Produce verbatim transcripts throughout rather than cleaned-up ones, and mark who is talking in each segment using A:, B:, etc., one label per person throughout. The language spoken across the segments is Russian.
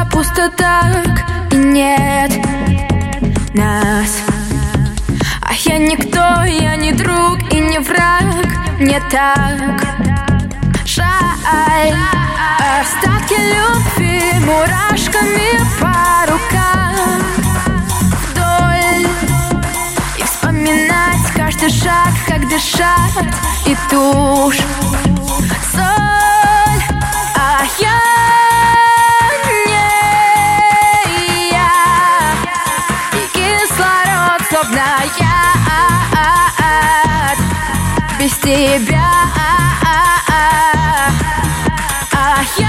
A: пусто так, и нет нас. А я никто, я не друг и не враг. Мне так жаль. Остатки любви мурашками по рукам вдоль. И вспоминать каждый шаг, как дышать, и тушь, соль. А я не я, и кислород словно яд без тебя. А я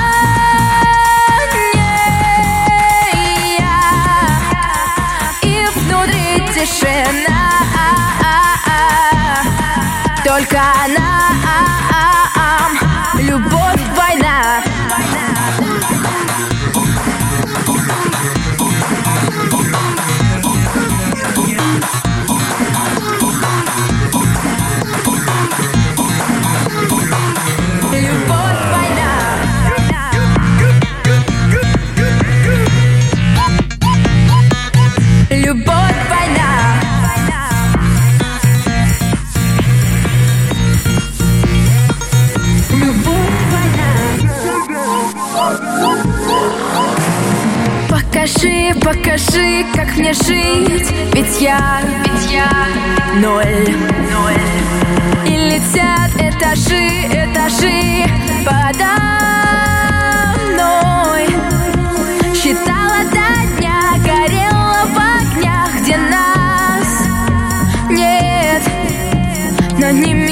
A: не я, и внутри тишина, только нам любовь война. Покажи, покажи, как мне жить, ведь я, ведь я ноль, ноль. И летят этажи, этажи подо мной. Считала до дня, горела в огнях, где нас нет, но не